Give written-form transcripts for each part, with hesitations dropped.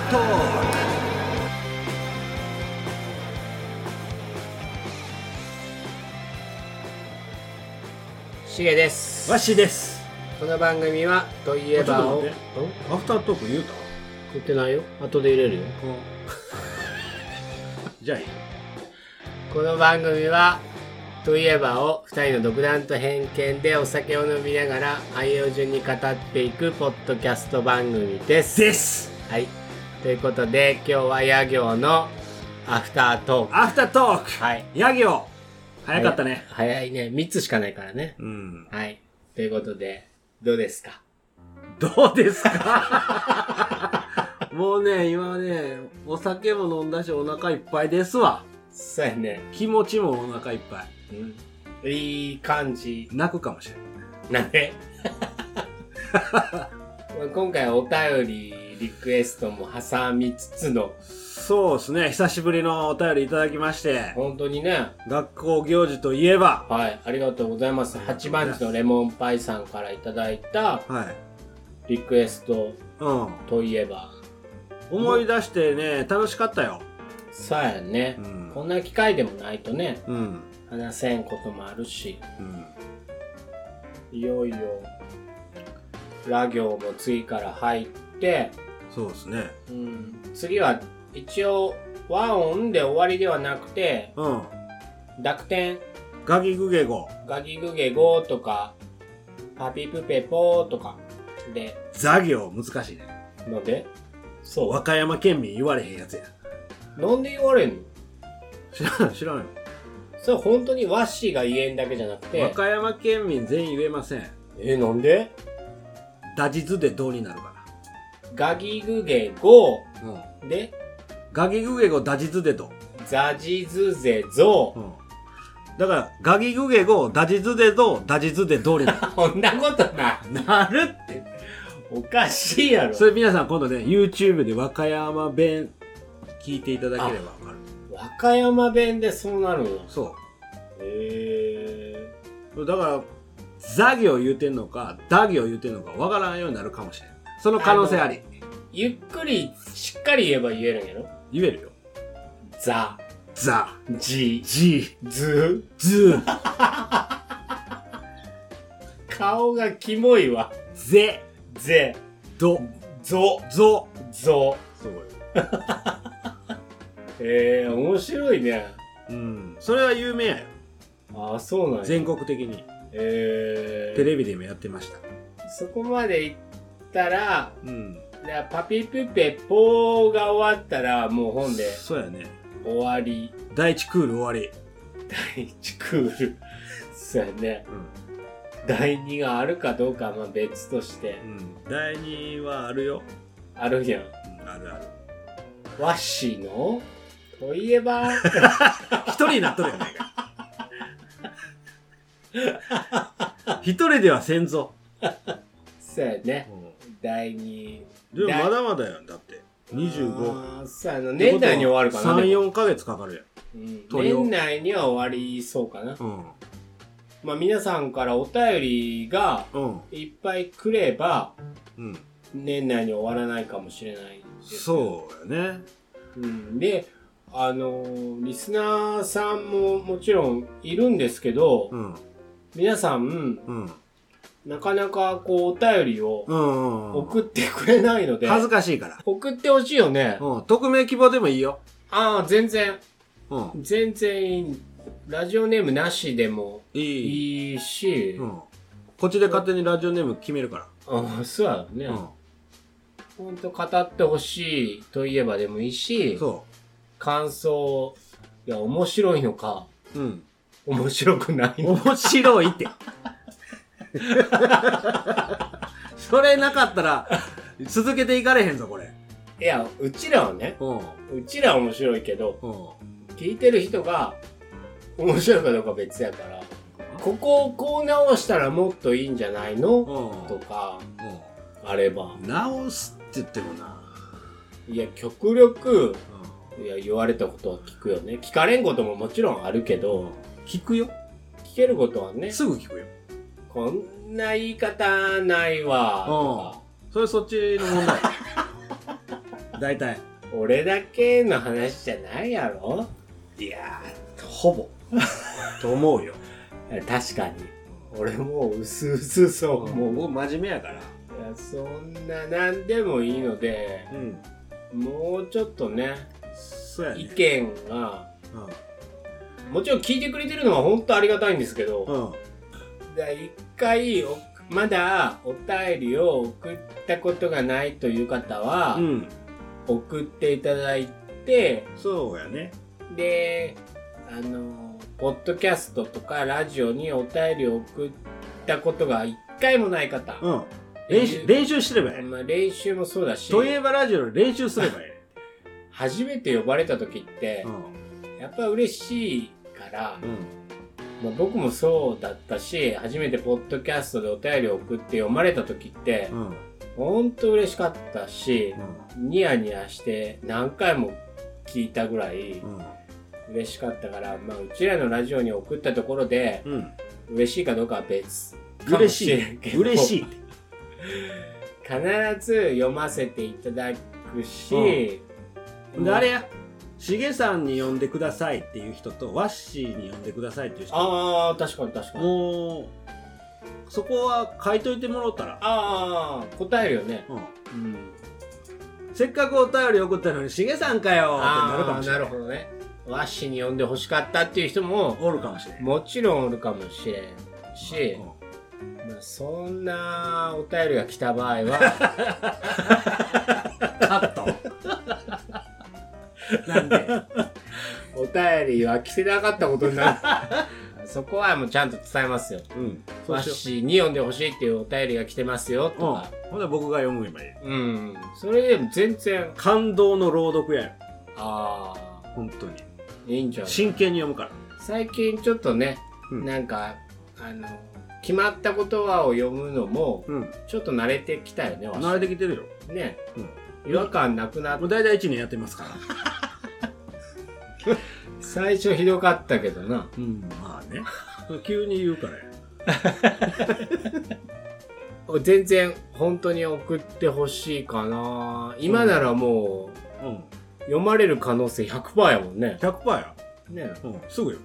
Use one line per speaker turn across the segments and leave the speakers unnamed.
トーク。
しげです。
わしです。
この番組はといえばを
アフタートーク言うた？
言ってないよ。後で入れるよ。
じゃあいい。
この番組はといえばを2人の独断と偏見でお酒を飲みながら愛用順に語っていくポッドキャスト番組です。はい。ということで今日は夜行のアフタートーク。
アフタートーク。
はい。
夜行。早かったね。
早いね。3つしかないからね。
うん。
はい。ということでどうですか？
どうですか？もうね、今ね、お酒も飲んだしお腹いっぱいですわ。
そうやね。
気持ちもお腹いっぱい。
うん。いい感じ。
泣くかもしれない。
なんで今回お便りリクエストも挟みつつの。
そうですね。久しぶりのお便りいただきまして。
本当にね。
学校行事といえば。
はい。ありがとうございます。8番地のレモンパイさんからいただいた。
はい。
リクエスト。といえば。
思い出してね、楽しかったよ。
そうやね。こんな機会でもないとね。話せんこともあるし。いよいよ。ラ行も次から入って。
そうですね。
次は一応和音で終わりではなくて、濁点、
ガギグゲゴ、
ガギグゲゴとかパピプペポとかで
ザ行難しいね。
なんで？そう。
和歌山県民言われへんやつや。
なんで言われんの？
知らんよ。
それ本当に和紙が言えんだけじゃなくて。
和歌山県民全員言えません。
なんで？
打実でどうになるから。
ガギグゲゴ、で
ガギグゲゴ打実でど。
ザジズゼゾ。
だからガギグゲゴ打実でど打実でどうになる。
そんなことない。
なるって。
おかしいやろ。
それ皆さん今度ね YouTube で和歌山弁聞いていただければわかる。
和歌山弁でそうなるの？
そう。
だ
からザ行言うてんのかダ行言うてんのかわからんようになるかもしれない。その可能性あり。
ゆっくりしっかり言えば言えるんやろ？
言えるよ。
ザ
ジ
ズ顔がキモいわ。
ゼ
ゾ
そうよ。
面白いね。
それは有名やよ。
ああ、そうなんや。
全国的に。テレビでもやってました。
そこまで行ったら、パピプペポーが終わったら、もう本で。
そうやね。
終わり。
第一クール終わり。
第一クール。そうやね。第二があるかどうかはまあ別として。
第二はあるよ。
あるやん。
あるある。
和紙のといえば
一人になっとるやないか。一人ではせんぞ。
そうやね。第二。
でもまだまだやん。だって。25。
そうやな。年内に終わるかな。
3、4ヶ月かかるやん。
年内には終わりそうかな。まあ皆さんからお便りがいっぱい来れば、年内に終わらないかもしれないです。
そうやね。
で、リスナーさんももちろんいるんですけど、皆さん、なかなかこうお便りを送ってくれないので、
恥ずかしいから。
送ってほしいよね。
匿名希望でもいいよ。
ああ、全然。全然いい。ラジオネームなしでもいいし、
こっちで勝手にラジオネーム決めるから。
ああ、そうやね。ほんと語ってほしいといえばでもいいし、感想、いや、面白いのか、面白くないのか。
面白いって。それなかったら、続けていかれへんぞ、これ。
いや、うちらはね、うちらは面白いけど、聞いてる人が面白いかどうか別やから、ここをこう直したらもっといいんじゃないのとか、あれば。
直すって言ってもな。
いや、極力、いや、言われたことは聞くよね。聞かれんことももちろんあるけど、
聞くよ。
聞けることはね。
すぐ聞くよ。
こんな言い方ないわとか。
それそっちの問題。 大体。
俺だけの話じゃないやろ。
いやー、ほぼ。と思うよ。
確かに。俺もう薄々そう。
もう僕真面目やから。
いや、そんな何でもいいので、もうちょっとね、
そうやね。
意見が、もちろん聞いてくれてるのは本当ありがたいんですけど、一回まだお便りを送ったことがないという方は、送っていただいて、
そうやね。
で、ポッドキャストとかラジオにお便りを送ったことが一回もない方。
練習してればいい。
まあ、練習もそうだし。
といえばラジオの練習すればいい。
初めて呼ばれた時って、やっぱ嬉しいから、まあ、僕もそうだったし、初めてポッドキャストでお便りを送って読まれた時って、ほんと嬉しかったし、ニヤニヤして何回も聞いたぐらい嬉しかったから、まあ、うちらのラジオに送ったところで、嬉しいかどうかは別かもしれんけど。
嬉しい。
必ず読ませていただくし、
で、あれや。しげさんに呼んでくださいっていう人と、ワッシーに呼んでくださいっていう人。
ああ、確かに確かに。
もう、そこは書いといてもらったら。
ああ、答えるよね。
せっかくお便り送ったのに、しげさんかよってなるかもしれない。
なるほどね。ワッシーに呼んで欲しかったっていう人も、
おるかもしれん。
もちろんおるかもしれんし、まあ、そんなお便りが来た場合は、
カット
なんで、お便りは来てなかったことになる。そこはもうちゃんと伝えますよ。ワッシーに読んでほしいっていうお便りが来てますよ、とか。
ほんで僕が読むばいい。
それでも全然。
感動の朗読やよ。
ああ。
本当に。
いいんじゃない？
真剣に読むから。
最近ちょっとね、なんか、決まった言葉を読むのも、ちょっと慣れてきたよね、
慣れてきてるよ。
ね。違和感なくなって。
もう大体1年やってますから。
最初ひどかったけどな。
まあね。急に言うから
や。全然本当に送ってほしいかな。今ならもう、読まれる可能性 100% やもんね。
100% や。
ね。
すぐよ。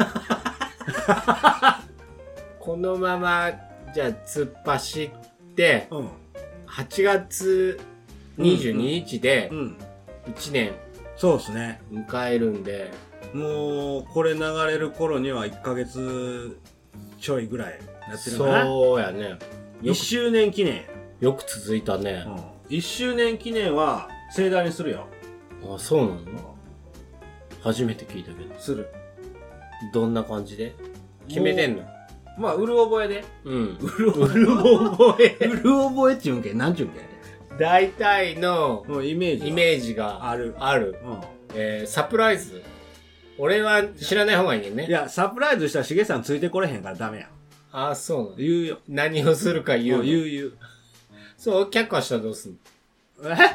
このまま、じゃあ突っ走って、8月22日で、1年、
そうですね。
迎えるんで、
もう、これ流れる頃には1ヶ月ちょいぐらいやってるかな。
そうやね。
1周年記念。
よく続いたね。
1周年記念は盛大にするよ。
あ、そうなの？初めて聞いたけど。
する。
どんな感じで決めてんの？
まあ、うる覚えで。
うる覚え。
うる覚えって言うんけなんちゅうんけ
大体の
イメ
ージがある。サプライズ。俺は知らない方がいいね。
いや、サプライズしたらしげさんついてこれへんからダメや。
あ、そうなの？
言うよ。
何をするか言う。
言う。
そう、却下したらどうすんの？って。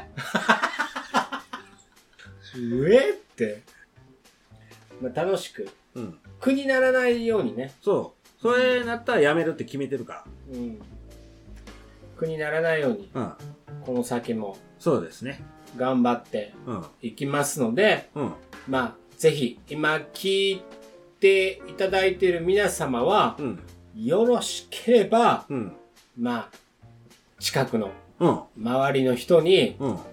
まあ、楽しく。苦にならないようにね。
そう。それなったらやめるって決めてるから。
苦にならないように。この先も。
そうですね。
頑張っていきますので、まあ、ぜひ、今聞いていただいている皆様は、よろしければ、まあ、近くの、周りの人に、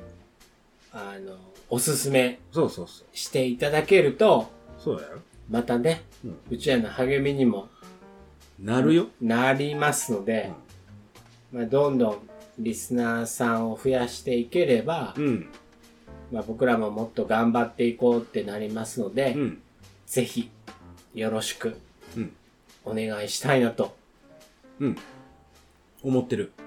おすすめしていただけると、
そうだよ。
またね、うちらの励みにも
なるよ。
なりますので、まあ、どんどんリスナーさんを増やしていければ、まあ、僕らももっと頑張っていこうってなりますので、ぜひよろしくお願いしたいなと、
思ってる。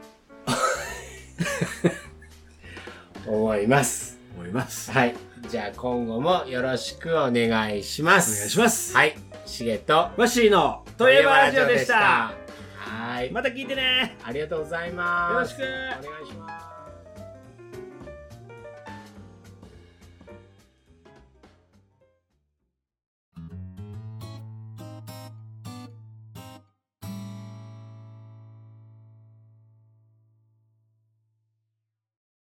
思います。はい。じゃあ今後もよろしくお願いします。
お願いします。
はい。しげと
ワッシーのといえばラジオでした。
はい。
また聞いてね。
ありがとうございます。
よろしく
お願いします。